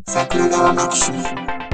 桜川マキシム。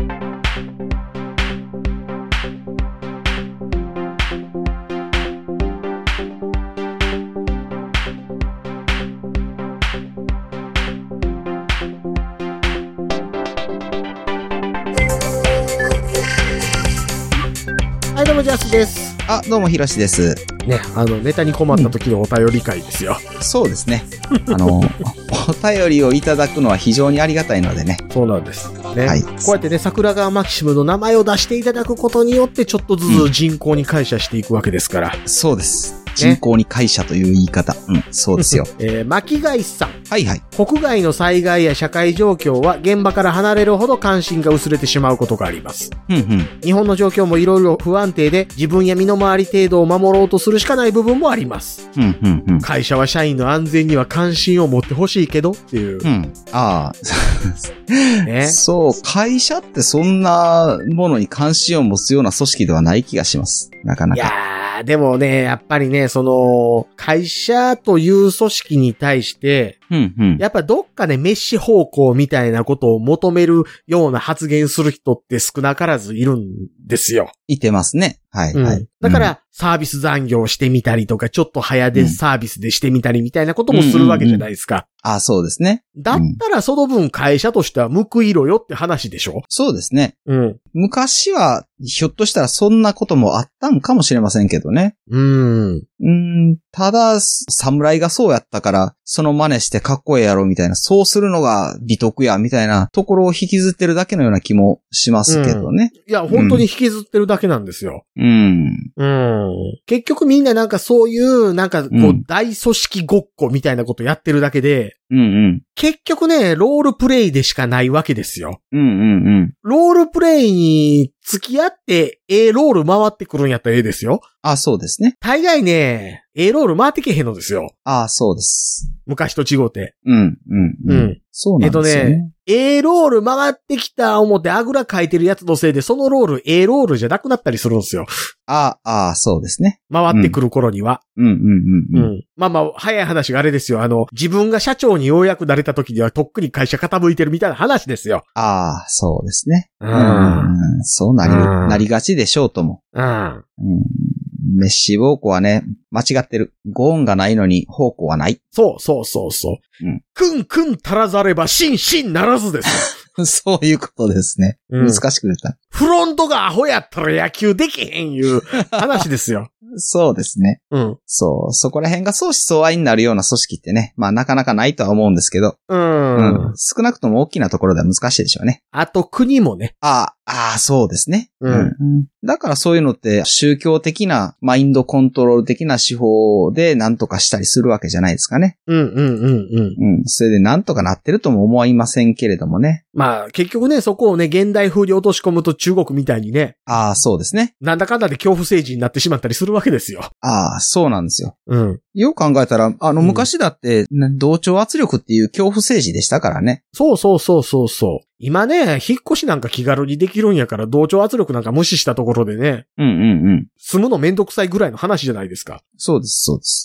はい、どうもジャスです。 あ、どうもひろしです。 ね、ネタに困った時のお便り会ですよ。 そうですね。お便りをいただくのは非常にありがたいのでね。 そうなんです。ね。 はい。 こうやってね、桜川マキシムの名前を出していただくことによって、ちょっとずつ人口に感謝していくわけですから。 そうです。人口に感謝という言い方。うん、そうですよ。 巻貝さん。 はいはい。 国外の災害や社会状況は現場から離れるほど関心が薄れてしまうことがあります。 うんうん。 日本の状況もいろいろ不安定で、自分や身の回り程度を守ろうとするしかない部分もあります。 うんうんうん。 会社は社員の安全には関心を持ってほしいけどっていう。 うん。ああ。 ね。 そう、会社ってそんなものに関心を持つような組織ではない気がします。なかなか。 いやー、でもね、やっぱりね、会社という組織に対して、 うんうん。 やっぱどっかでメッシ方向みたいなことを求めるような発言する人って少なからずいるんですよ。 いてますね。はいはい。 だから、サービス残業してみたりとか、ちょっと早でサービスでしてみたりみたいなこともするわけじゃないですか。 あ、そうですね。 だったらその分会社としては報いろよって話でしょ？ そうですね。 うん。 昔は、ひょっとしたらそんなこともあったんかもしれませんけどね。ただ、侍がそうやったから、その真似してかっこええやろみたいな、そうするのが美徳やみたいなところを引きずってるだけのような気もしますけどね。 いや、本当に引きずってるだけなんですよ。結局みんななんかそういう、なんかこう、大組織ごっこみたいなことやってるだけで、結局ね、ロールプレイでしかないわけですよ。ロールプレイに付き合って、ロール回ってくるんやったらですよ。 あ、そうですね。 大概ね、ロール回ってけへんのですよ。 あ、そうです。 昔と違うて。 そうなんですよね。 ロール回ってきた思ってあぐら書いてるやつのせいで、そのロール、ロールじゃなくなったりするんですよ。 そうですね。 回ってくる頃には。まあ、早い話があれですよ。自分が社長にようやくなれた時にはとっくに会社傾いてるみたいな話ですよ。 そうですね。そうなりがちでしょうとも。メッシ方向はね、間違ってる。ご恩がないのに方向はない。 そう。くんくん足らざればしんならずですよ。そういうことですね。難しく言った。 フロントがアホやったら野球できへんいう話ですよ。 そうですね。そこら辺が相思相愛になるような組織ってね、まあなかなかないとは思うんですけど。少なくとも大きなところでは難しいでしょうね。 あと国もね。 そうですね。だからそういうのって宗教的なマインドコントロール的な手法で何とかしたりするわけじゃないですかね。それで何とかなってるとも思いませんけれどもね。 まあ結局ね、そこをね、現代風に落とし込むと中国みたいにね。 そうですね。 なんだかんだで恐怖政治になってしまったりするわけですよ。 そうなんですよ。よく考えたら、昔だって、同調圧力っていう恐怖政治でしたからね。 そう。今ね、引っ越しなんか気軽にできるんやから、同調圧力なんか無視したところでね。住むのめんどくさいぐらいの話じゃないですか。 そうです。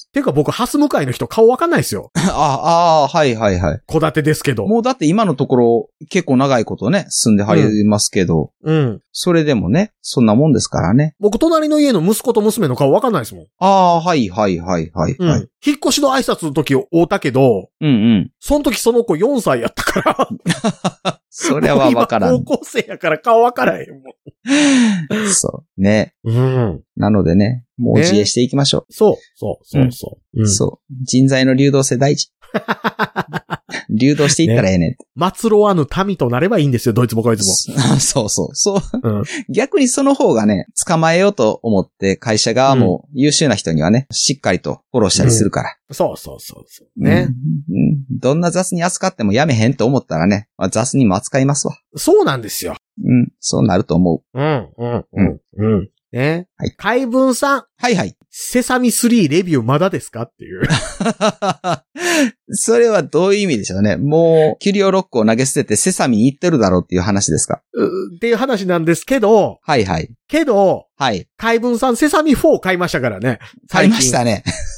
てか僕、ハス向かいの人顔わかんないですよ。 はい。 戸建てですけど。 もうだって今のところ、結構長いことね、住んではりますけど。それでもね、そんなもんですからね。 僕、隣の家の息子と娘の顔わかんないですもん。 はい。引っ越しの挨拶の時会うたけど、その時その子4歳やったから。 それはわからん。 高校生やから顔わからへんもん。そうね。なのでね、もう自衛していきましょう。 そう。 人材の流動性大事。流動していったらええねん。 末路わぬ民となればいいんですよ、どいつもこいつも。 そう。逆にその方がね、捕まえようと思って会社側も優秀な人にはね、しっかりとフォローしたりするから。 そう。ね。 どんな雑に扱ってもやめへんと思ったらね、雑にも扱いますわ。 そうなんですよ。 そうなると思う。 ね。海文さん。 はい。 セサミ3レビューまだですかっていう。 それはどういう意味でしょうね。もう、キュリオロックを投げ捨ててセサミに行ってるだろうっていう話ですか。 っていう話なんですけど。 はい。 けど、 はい。 海文さんセサミ4買いましたからね。 買いましたね。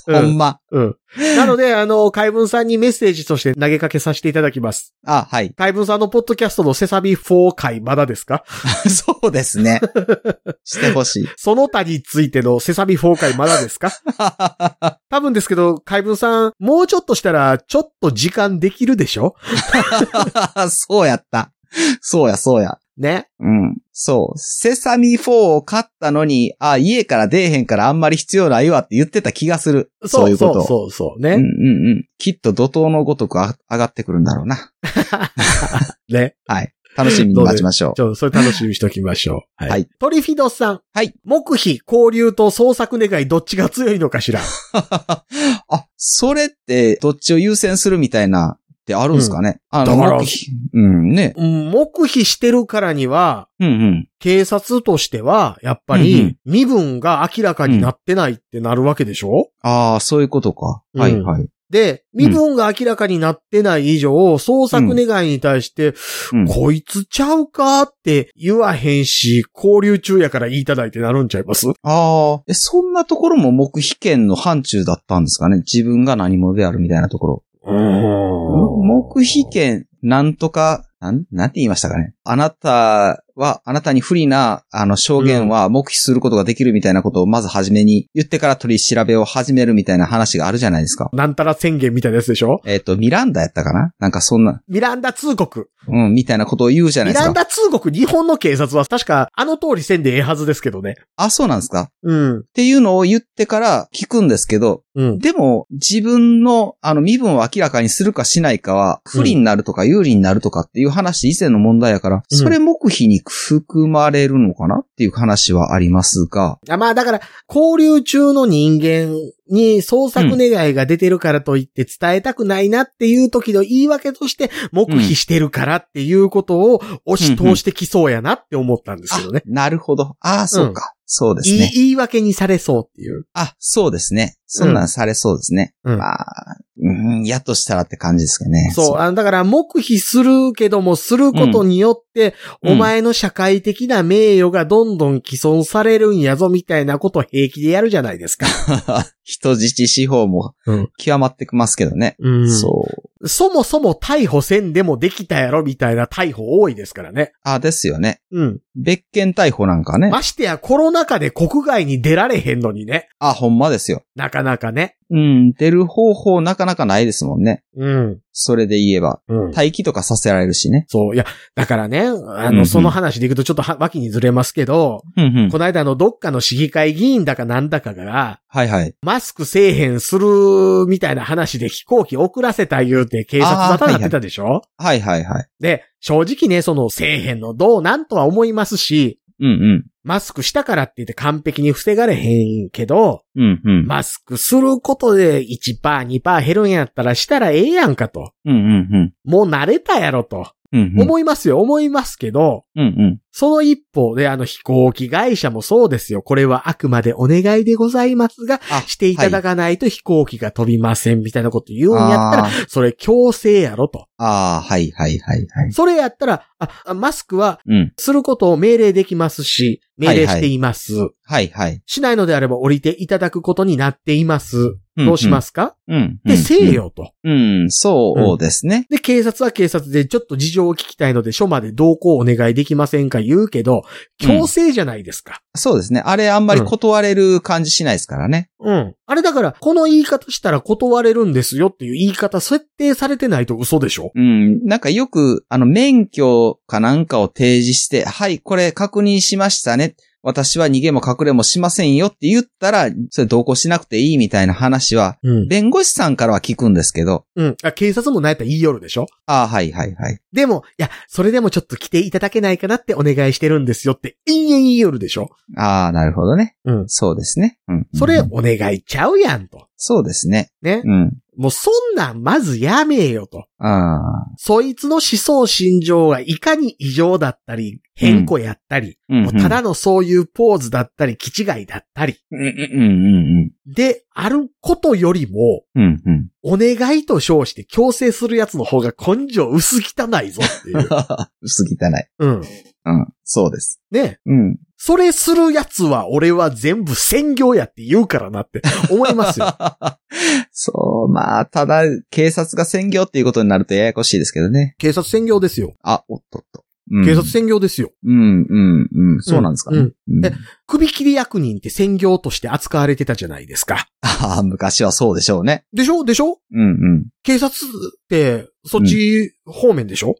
ほんま。 うん。なので、海文さんにメッセージとして投げかけさせていただきます。 あ、はい。 海文さんのポッドキャストのセサミ4回まだですか？ そうですね。してほしい。 その他についてのセサミ4回まだですか？多分ですけど、海文さん、もうちょっとしたら、ちょっと時間できるでしょ？ そうやった。そうや。 ね。 うん。そう。セサミ4を買ったのに、家から出えへんからあんまり必要ないわって言ってた気がする。そういうこと。 そうね。 きっと怒涛のごとく上がってくるんだろうな。 ね。 はい。楽しみに待ちましょう。 それ楽しみにしときましょう。 はい。 トリフィドさん。 はい。 黙秘、交流と創作願いどっちが強いのかしら。 それってどっちを優先するみたいなってあるんですかね？ だから、 ね。 黙秘してるからには、警察としては、やっぱり、身分が明らかになってないってなるわけでしょ？ そういうことか。はい。 で、身分が明らかになってない以上、創作願いに対して、こいつちゃうかって言わへんし、交流中やから言いただいてなるんちゃいます？ そんなところも黙秘権の範疇だったんですかね？自分が何者であるみたいなところ。黙秘権、なんとか、なんて言いましたかね。あなたに不利な、証言は黙秘することができるみたいなことをまず初めに言ってから取り調べを始めるみたいな話があるじゃないですか。 なんたら宣言みたいなやつでしょ？ ミランダやったかな？なんかそんな。 ミランダ通告。 みたいなことを言うじゃないですか。 ミランダ通告、日本の警察は確かあの通りせんでええはずですけどね。 そうなんですか？ っていうのを言ってから聞くんですけど、でも自分の身分を明らかにするかしないかは不利になるとか有利になるとかっていう話以前の問題やから、それ黙秘に含まれるのかなっていう話はありますが。 だから、交流中の人間に創作願いが出てるからといって伝えたくないなっていう時の言い訳として黙秘してるからっていうことを押し通してきそうやなって思ったんですけどね。 なるほど。そうか。そうですね。 言い訳にされそうっていう。 そうですね。そんなんされそうですね。やっとしたらって感じですかね。 そう。だから、黙秘するけども、することによって、お前の社会的な名誉がどんどん毀損されるんやぞ、みたいなことを平気でやるじゃないですか。 人質司法も、極まってきますけどね。 そもそも逮捕せんでもできたやろ、みたいな逮捕多いですからね。 ですよね。別件逮捕なんかね。 ましてや、コロナ禍で国外に出られへんのにね。 ほんまですよ。 なかなかね。 出る方法なかなかないですもんね。それで言えば。待機とかさせられるしね。 そう。いや、だからね、その話でいくとちょっと脇にずれますけど、この間どっかの市議会議員だかなんだかが、マスクせえへんするみたいな話で飛行機遅らせた言うて警察沙汰なってたでしょ？で、正直ね、そのせえへんのどうなんとは思いますし、マスクしたからって言って完璧に防がれへんけど、マスクすることで 1%、2% 減るんやったらしたらええやんかと。もう慣れたやろと。思いますけど、その一方で飛行機会社もそうですよ。これはあくまでお願いでございますが、していただかないと飛行機が飛びませんみたいなこと言うんやったら、それ強制やろと。それやったら、マスクは、することを命令できますし、命令しています。しないのであれば降りていただくことになっています。どうしますか？で、せえよと。 そうですね。 で、警察は警察でちょっと事情を聞きたいので、署まで同行お願いできませんか言うけど、強制じゃないですか。 そうですね。あれあんまり断れる感じしないですからね。 あれだから、この言い方したら断れるんですよっていう言い方設定されてないと嘘でしょ？ なんかよく、免許かなんかを提示して、はい、これ確認しましたね。私は逃げも隠れもしませんよって言ったら、それ同行しなくていいみたいな話は、弁護士さんからは聞くんですけど。 警察もなんやったら言いよるでしょ？でも、いや、それでもちょっと来ていただけないかなってお願いしてるんですよって延々言いよるでしょ？ なるほどね。そうですね。 それお願いちゃうやんと。 そうですね。 ね。もうそんなんまずやめえよと。そいつの思想心情がいかに異常だったり、変更やったり、もうただのそういうポーズだったり、気違いだったり。で、あることよりも、お願いと称して強制するやつの方が根性薄汚いぞっていう。 薄汚い。そうです。 ね。 それするやつは俺は全部専業やって言うからなって思いますよ。 そう、まあ、ただ、警察が専業っていうことになるとややこしいですけどね。 警察専業ですよ。 あ、おっとっと。 警察専業ですよ。 そうなんですかね。 首切り役人って専業として扱われてたじゃないですか。 ああ、昔はそうでしょうね。 でしょ警察って、そっち方面でしょ、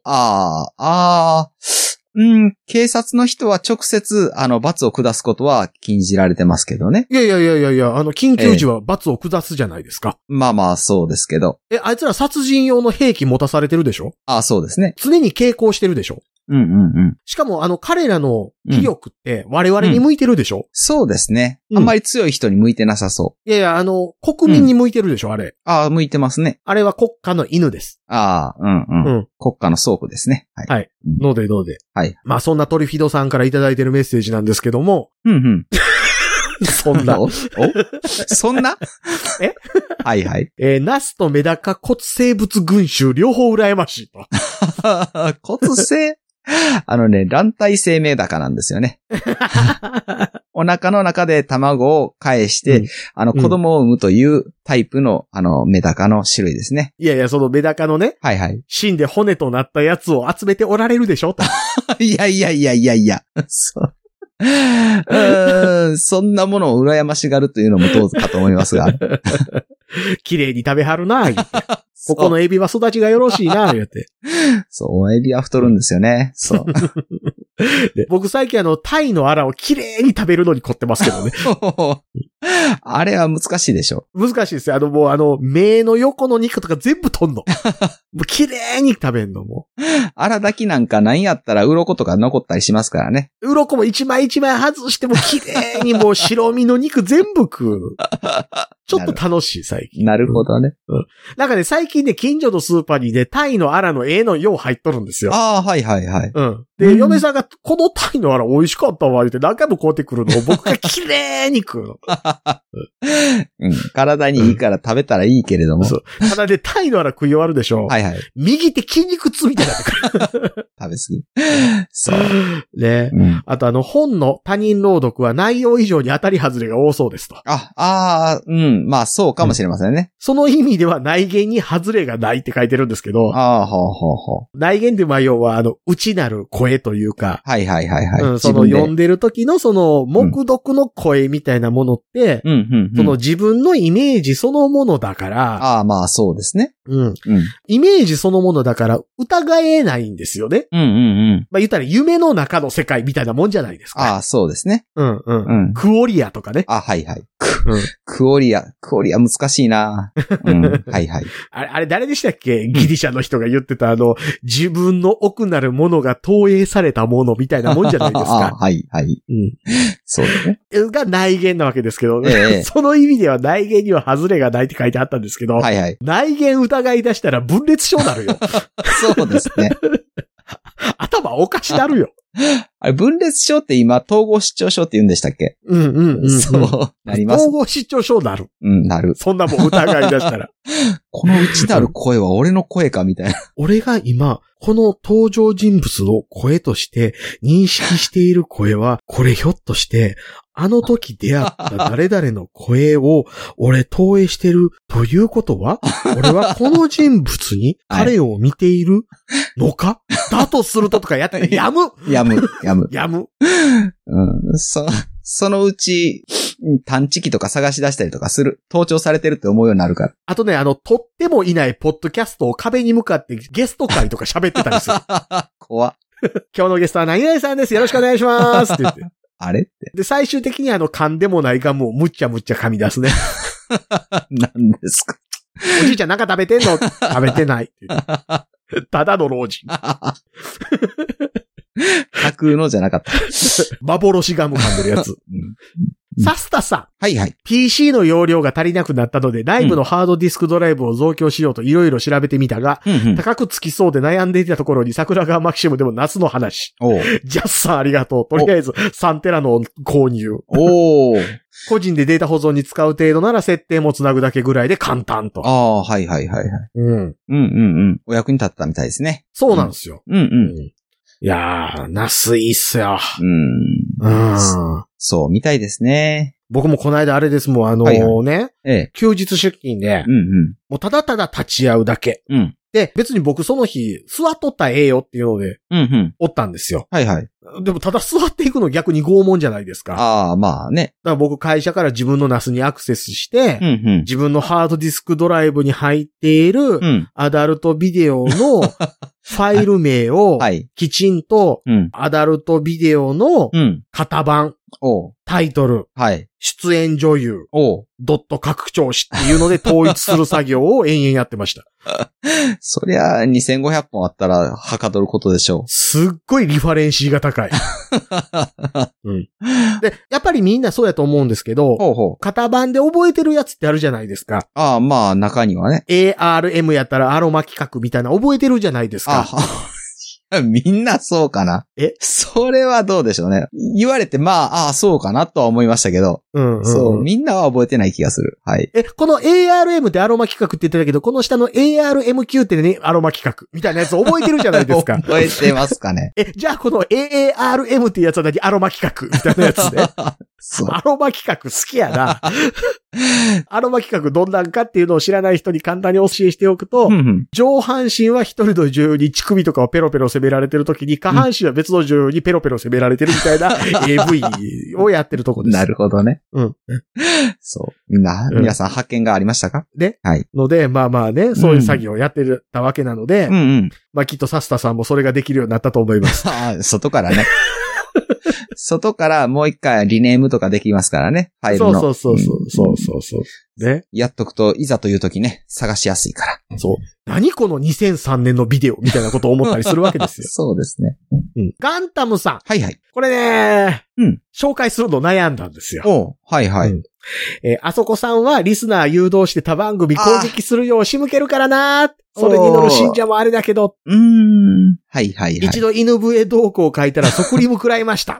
警察の人は直接、罰を下すことは禁じられてますけどね。 いや、緊急時は罰を下すじゃないですか。 まあまあ、そうですけど。 あいつら殺人用の兵器持たされてるでしょ？ そうですね。 常に携行してるでしょ？しかも、彼らの気力って我々に向いてるでしょ？ そうですね。あんまり強い人に向いてなさそう。 いや、国民に向いてるでしょ、あれ。 向いてますね。 あれは国家の犬です。 国家の倉庫ですね。 はい。ので。 はい。 まあ、そんなトリフィドさんからいただいてるメッセージなんですけども。そんな。 そんなはいはい。 ナスとメダカ骨生物群衆両方羨ましいと。 骨生卵体生メダカなんですよね。お腹の中で卵を返して、子供を産むというタイプの、メダカの種類ですね。 いや、そのメダカのね。 はいはい。 死んで骨となったやつを集めておられるでしょと。 いや。そんなものを羨ましがるというのもどうかと思いますが。 綺麗に食べはるなぁ、言って。ここのエビは育ちがよろしいなぁ、言って。 そう、エビは太るんですよね。そう。 で僕最近タイのアラを綺麗に食べるのに凝ってますけどね。 あれは難しいでしょ。 難しいですよ。もう目の横の肉とか全部取んの。もう綺麗に食べんのも。 アラ炊きなんか何やったら鱗とか残ったりしますからね。 鱗も一枚一枚外しても綺麗にもう白身の肉全部食う。ちょっと楽しい、最近。 なるほどね。 なんかね、最近ね、近所のスーパーにね、タイのアラののよう入っとるんですよ。 はい。 で、嫁さんが、このタイのアラ美味しかったわ、言って何回も買うてくるのを僕が綺麗に食うの。 体にいいから食べたらいいけれども。 そう。ただね、タイのアラ食い終わるでしょ。 はい。 右手筋肉痛みたいになってくる。 食べ過ぎ。そう。 ね。あと本の他人朗読は内容以上に当たり外れが多そうですと。 まあそうかもしれませんね。 その意味では内言に外れがないって書いてるんですけど。内言って要は内なる声というか。 はい。 その読んでる時のその目読の声みたいなものって、その自分のイメージそのものだから。 まあそうですね。 イメージそのものだから疑えないんですよね。まあ言ったら夢の中の世界みたいなもんじゃないですか。 そうですね。 クオリアとかね。 はい。クオリア難しいな。はい。 あれ誰でしたっけ？ギリシャの人が言ってた自分の奥なるものが投影されたものみたいなもんじゃないですか。 はい。そうですね。 が内言なわけですけど、その意味では内言には外れがないって書いてあったんですけど、内言疑い出したら分裂症になるよ。 そうですね。 頭おかしなるよ。 あれ、分裂症って今、統合失調症って言うんでしたっけ？そう。なります。 統合失調症なる。 なる。 そんなもん疑い出したら。 この内なる声は俺の声かみたいな。 俺が今、この登場人物の声として認識している声は、これひょっとして、あの時出会った誰々の声を俺投影してるということは、俺はこの人物に彼を見ているのか、だとするととかやって、やむ。 そのうち、探知機とか探し出したりとかする。盗聴されてるって思うようになるから。 あとね、撮ってもいないポッドキャストを壁に向かってゲスト会とか喋ってたりする。 怖っ。 今日のゲストは何々さんです。よろしくお願いしますって言って。 あれって。 で、最終的に噛んでもないガムをむっちゃ噛み出すね。 何ですか。 おじいちゃんなんか食べてんの？食べてないって言って。ただの老人。 架空のじゃなかった。 幻ガム噛んでるやつ。サスタさん。 はい。 PC の容量が足りなくなったので、内部のハードディスクドライブを増強しようといろいろ調べてみたが、高くつきそうで悩んでいたところに桜川マキシムでも夏の話。ジャスさんありがとう。とりあえず3テラの購入。個人でデータ保存に使う程度なら設定もつなぐだけぐらいで簡単と。 はい。お役に立ったみたいですね。 そうなんですよ。いやー、ナスいいっすよ。 そう、みたいですね。 僕もこの間あれですもん、休日出勤で、もうただただ立ち会うだけ。で、別に僕その日、座っとったらええよっていうので、おったんですよ。でもただ座っていくの逆に拷問じゃないですか。 ああ、まあね。 だから僕会社から自分のNASにアクセスして、自分のハードディスクドライブに入っている、アダルトビデオのファイル名を、きちんと、アダルトビデオの型番、タイトル、出演女優、ドット拡張子っていうので統一する作業を延々やってました。 そりゃ2500本あったらはかどることでしょう。 すっごいリファレンシーが高い。で、やっぱりみんなそうやと思うんですけど、型番で覚えてるやつってあるじゃないですか。 ああ、まあ中にはね。 ARM やったらアロマ企画みたいな覚えてるじゃないですか。 みんなそうかな。それはどうでしょうね。言われて、そうかなとは思いましたけど。そう、みんなは覚えてない気がする。はい。 この ARM ってアロマ企画って言ってたけど、この下の ARMQ ってね、アロマ企画みたいなやつ覚えてるじゃないですか。 覚えてますかね。 じゃあこの AARM っていうやつは何アロマ企画みたいなやつね。アロマ企画好きやな。アロマ企画どんなんかっていうのを知らない人に簡単に教えしておくと、上半身は一人の女優に乳首とかをペロペロ攻められてるときに、下半身は別の女優にペロペロ攻められてるみたいな AV をやってるとこです。 なるほどね。そう。皆さん発見がありましたか？ ので、そういう作業をやってたわけなので、きっとサスタさんもそれができるようになったと思います。 外からね。外からもう一回リネームとかできますからね。ファイルの。そう。ね。やっとくと、いざという時ね、探しやすいから。 そう。何この2003年のビデオみたいなことを思ったりするわけですよ。 そうですね。 ガンタムさん。 はい。 これね、紹介するの悩んだんですよ。あそこさんはリスナー誘導して他番組攻撃するよう仕向けるからな。それに乗る信者もあれだけど。一度犬笛動向を書いたら即リム食らいました。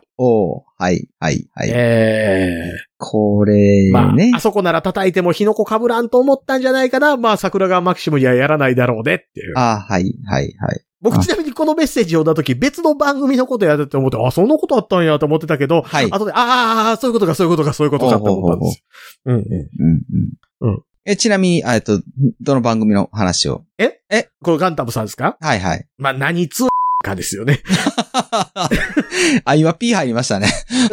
これね。あそこなら叩いても火の粉被らんと思ったんじゃないかな。桜川マキシムにはやらないだろうねっていう。僕ちなみにこのメッセージを読んだとき別の番組のことやるって思って、そんなことあったんやと思ってたけど、後で、そういうことかって思ったんですよ。 ちなみに、どの番組の話をこれガンタムさんですか？何つかですよね。 今 P 入りましたね。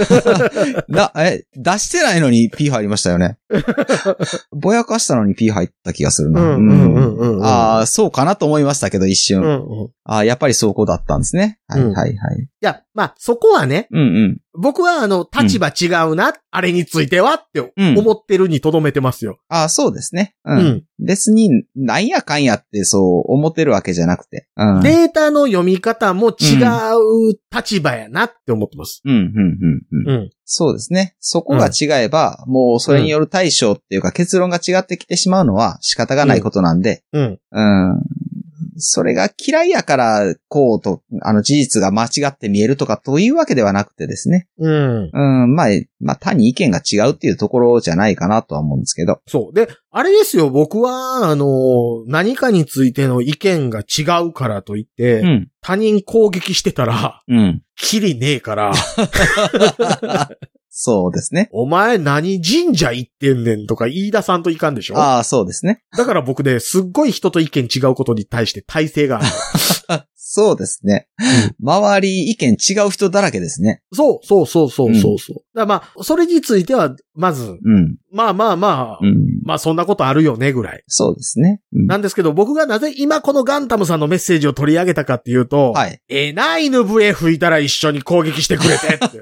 出してないのに P 入りましたよね。ぼやかしたのに P 入った気がするな。そうかなと思いましたけど、一瞬。やっぱりそうこうだったんですね。いや、そこはね、僕は立場違うな、あれについてはって思ってるにとどめてますよ。 そうですね。別に、なんやかんやってそう思ってるわけじゃなくて。 データの読み方も違う立場やなって思ってます。 そうですね。そこが違えば、もうそれによる対処っていうか結論が違ってきてしまうのは仕方がないことなんで。それが嫌いやから、こうと、事実が間違って見えるとかというわけではなくてですね。単に意見が違うっていうところじゃないかなとは思うんですけど。 そう。で、あれですよ、僕は、何かについての意見が違うからといって、他人攻撃してたら、キリねえから。 そうですね。 お前何神社行ってんねんとか言い出さんといかんでしょ？ そうですね。 だから僕ね、すっごい人と意見違うことに対して耐性がある。 そうですね。周り意見違う人だらけですね。 そう。だからそれについては、まず、そんなことあるよねぐらい。 そうですね。 なんですけど、僕がなぜ今このガンタムさんのメッセージを取り上げたかっていうと、犬笛吹いたら一緒に攻撃してくれてって。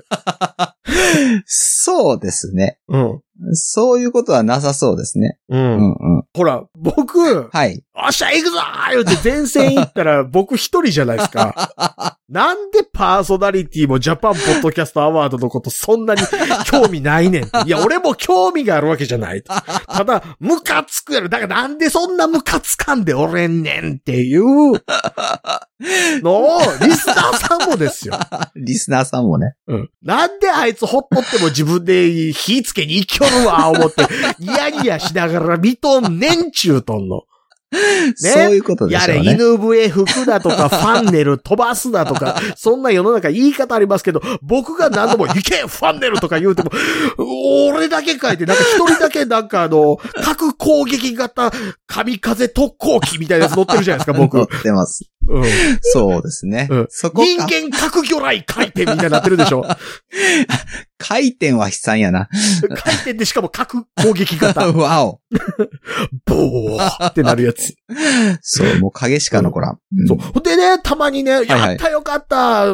そうですね。そういうことはなさそうですね。 ほら、僕、おっしゃ行くぞー言うて前線行ったら僕一人じゃないですか。なんでパーソナリティもジャパンポッドキャストアワードのことそんなに興味ないねん。いや、俺も興味があるわけじゃない。ただ、ムカつくやろ。だからなんでそんなムカつかんでおれんねんっていうのを、リスナーさんもですよ。 リスナーさんもね。 なんであいつほっとっても自分で火つけに行きよるわ、思って、ニヤニヤしながら見とんねんちゅうとんの。 そういうことでしょうね。 やれ、犬笛吹くだとか、ファンネル飛ばすだとか、そんな世の中言い方ありますけど、僕が何度も、行けファンネルとか言うても、俺だけ書いて、なんか一人だけなんか核攻撃型神風特攻機みたいなやつ乗ってるじゃないですか、僕。 乗ってます。うん、そうですね。 うん、そこ人間核魚雷回転みたいになってるでしょ。 回転は悲惨やな。 回転でしかも核攻撃型。 わお。 ボーってなるやつ。 そう、もう影しか残らん。 うん、そう。でね、たまにね、やったよかった。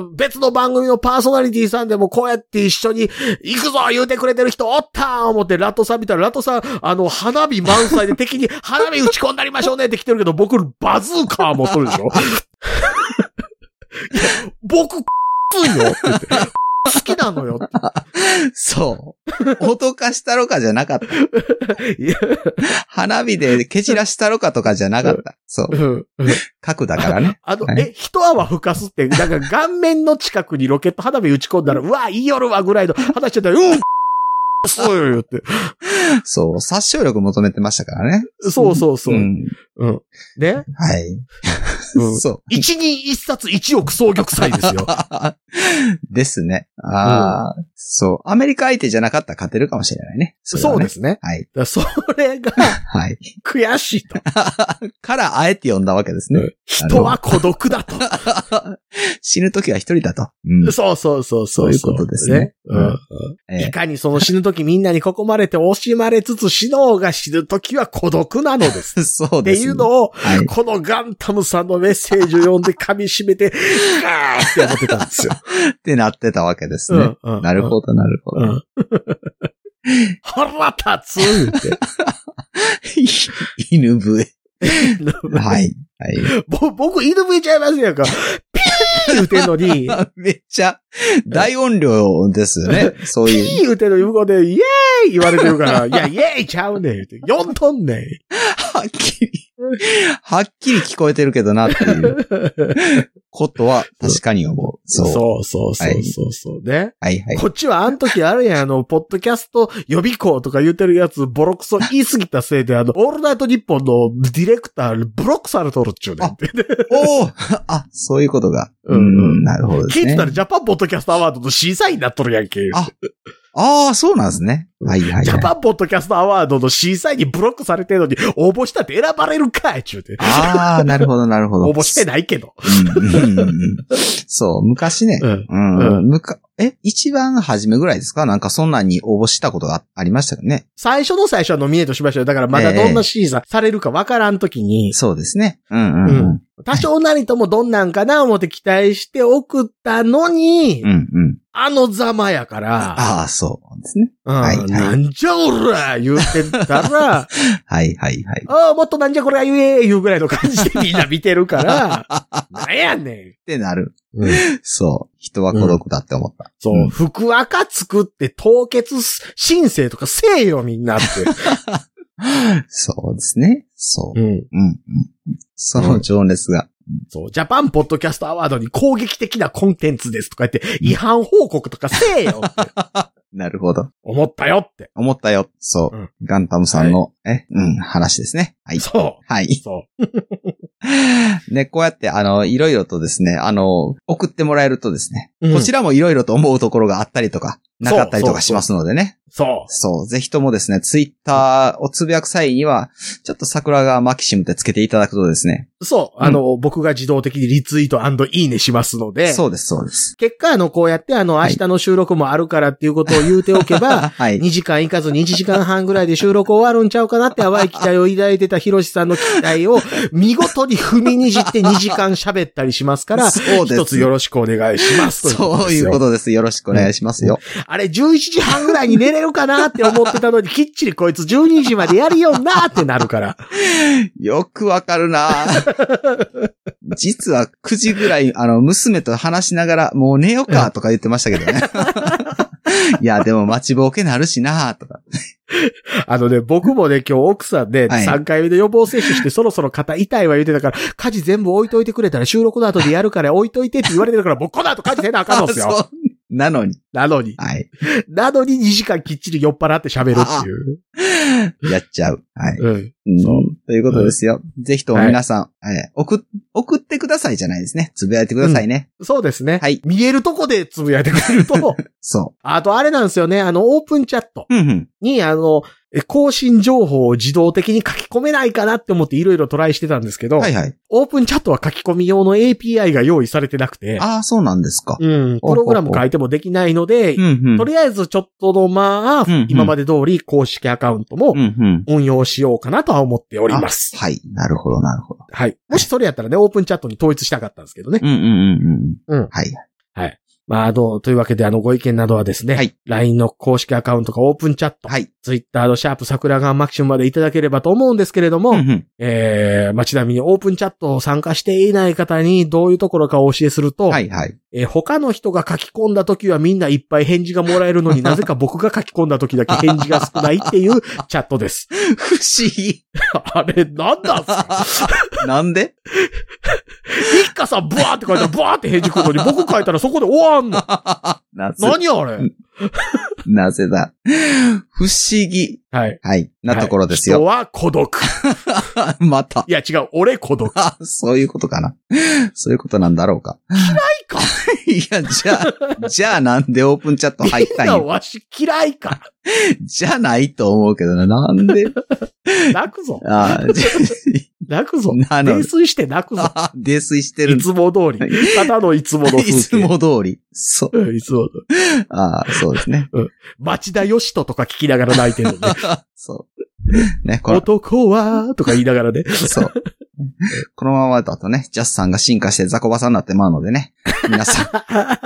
別の番組のパーソナリティさんでもこうやって一緒に行くぞ言うてくれてる人おった思ってラットさん見たら、ラットさん、花火満載で敵に花火打ち込んだりましょうねって来てるけど、僕バズーカー持っとるでしょ。いや僕、ついよって言って。好きなのよ。 そう。脅かしたろかじゃなかった。花火で蹴散らしたろかとかじゃなかった。そう。核だからね。 はい、一泡吹かすって、なんか顔面の近くにロケット花火打ち込んだら、うわ、いい夜はぐらいの話してたら、そうよ言って。 そう、殺傷力求めてましたからね。 そうそうそう。うん。ねはい。 そう。一人一冊1億総玉砕ですよ。 ですね。そう。アメリカ相手じゃなかったら勝てるかもしれないね。 そうですね。 はい。 それが、はい。悔しいと。 からあえて呼んだわけですね。 人は孤独だと。 死ぬときは一人だと。 そうそうそう。 そういうことですね。 いかにその死ぬときみんなに囲まれて惜しまれつつ死のうが死ぬときは孤独なのです。 そうです。 っていうのを、このガンタムさんのメッセージを読んで噛み締めて、ガーって思ってたんですよ。 ってなってたわけですね。なるほど、なるほど。 腹立つって。 犬笛。はい。 僕、犬笛ちゃいますやんか。ピー言うてんのに。 めっちゃ、大音量ですよね。そういう。 ピー言うてんのに向こうで、イエーイ言われてるから、いや、イエーイちゃうねんって。呼んどんねん。 はっきり聞こえてるけどなっていうことは確かに思う。 そうね。 はいはい。 こっちはあの時あるやん、ポッドキャスト予備校とか言ってるやつ、ボロクソ言い過ぎたせいで、オールナイトニッポンのディレクター、ブロックされとるっちゅうねんって。 そういうことが。なるほどですね。 聞いてたらジャパンポッドキャストアワードの審査員になっとるやんけ。 そうなんですね。はいはい。 ジャパンポッドキャストアワードの審査員にブロックされてるのに、応募したって選ばれるかいちゅうて。 なるほどなるほど。 応募してないけど。 そう、昔ね。一番初めぐらいですか？なんかそんなに応募したことがありましたよね。 最初はノミネートしましたよ。だからまだどんな審査されるかわからんときに。 そうですね。 多少なりともどんなんかな思って期待して送ったのに、ざまやから。 そうですね。 なんじゃおら言うてたら、 はい。 もっとなんじゃこれ言え言うぐらいの感じでみんな見てるから、なんやねん。 ってなる。そう。人は孤独だって思った。 そう。福赤作って凍結申請とかせえよみんなって。 そうですね。そう。その情熱が。 そう。ジャパンポッドキャストアワードに攻撃的なコンテンツですとか言って違反報告とかせえよって。 なるほど。 思ったよって。 思ったよ。そう。ガンタムさんの、話ですね。はい。 そう。 はい。そう。ね、こうやって、いろいろとですね、送ってもらえるとですね、こちらもいろいろと思うところがあったりとか、なかったりとかしますのでね。そう。ぜひともですね、ツイッターをつぶやく際には、ちょっと桜川マキシムってつけていただくとですね。 そう。僕が自動的にリツイート&いいねしますので。 そうです、そうです。 結果、こうやって明日の収録もあるからっていうことを言うておけば、2時間いかずに1時間半ぐらいで収録終わるんちゃうかなって淡い期待を抱いてたヒロシさんの期待を見事に踏みにじって2時間喋ったりしますから、一つよろしくお願いします。 そういうことです。よろしくお願いしますよ。 あれ、11時半ぐらいに寝れるかなって思ってたのに、きっちりこいつ12時までやるよなってなるから。 よくわかるな実は9時ぐらい、娘と話しながら、もう寝ようかとか言ってましたけどね。いや、でも待ちぼうけなるしなとか。 僕もね、今日奥さんで3回目で予防接種してそろそろ肩痛いわ言うてたから、家事全部置いといてくれたら収録の後でやるから置いといてって言われてるから、僕この後家事せなあかんのですよ。 なのに。 はい。なのに2時間きっちり酔っ払って喋るっていう。 やっちゃう。はい。 そう。 ということですよ。ぜひとも皆さん、送ってくださいじゃないですね。つぶやいてくださいね。 そうですね。 はい。 見えるとこでつぶやいてくれると。 そう。 あとあれなんですよね。オープンチャットに、更新情報を自動的に書き込めないかなって思っていろいろトライしてたんですけど、 はいはい。 オープンチャットは書き込み用の API が用意されてなくて、 ああ、そうなんですか。 うん。プログラム書いてもできないので、とりあえずちょっとの今まで通り公式アカウントも運用しようかなとは思っております。 はい。なるほど、なるほど。 はい。もしそれやったらね、オープンチャットに統一したかったんですけどね。 うん。はい。 はい。というわけでご意見などはですね、はい。LINE の公式アカウントかオープンチャット、はい。Twitter の#桜川マキシムまでいただければと思うんですけれども、ちなみにオープンチャットを参加していない方にどういうところかお教えすると、はいはい。他の人が書き込んだ時はみんないっぱい返事がもらえるのになぜか僕が書き込んだ時だけ返事が少ないっていうチャットです。 不思議。 あれ、なんだっすかなんで一家さんブワーって書いたらブワーって返事来るのに僕書いたらそこで終わんの。何あれなぜだ。不思議。 はい。 はい。なところですよ。 人は孤独。 また。 いや違う、俺孤独。 そういうことかな。そういうことなんだろうか。 嫌いかいや、じゃあなんでオープンチャット入ったんや。 いや、わし嫌いか。 じゃないと思うけどな。なんで泣くぞ。泣くぞ。 泥酔して泣くぞ。 泥酔してる。 いつも通り。ただのいつもの風景。 いつも通り。そう。 いつも通り。 そうですね。 町田義人とか聞きながら泣いてるのね。 そう。ね、 男は、とか言いながらね。 そう。このままだとね、ジャスさんが進化してザコバさんになってまうのでね。皆さん。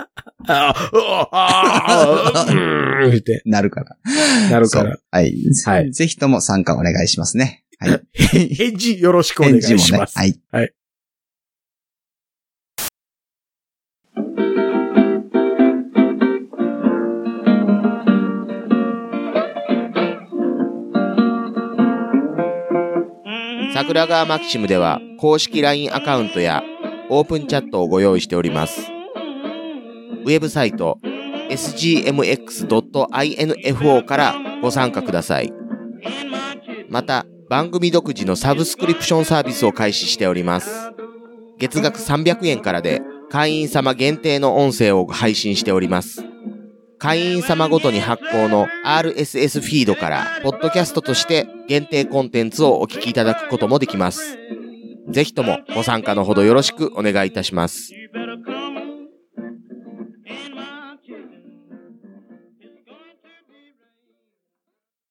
なるから。 なるから。 はい。ぜひとも参加お願いしますね。はい。 返事よろしくお願いします。 ね、はい。はい。 桜川マキシムでは公式 LINE アカウントやオープンチャットをご用意しております。ウェブサイト sgmx.info からご参加ください。また、番組独自のサブスクリプションサービスを開始しております。月額300円からで会員様限定の音声を配信しております。会員様ごとに発行の RSS フィードからポッドキャストとして限定コンテンツをお聞きいただくこともできます。ぜひともご参加のほどよろしくお願いいたします。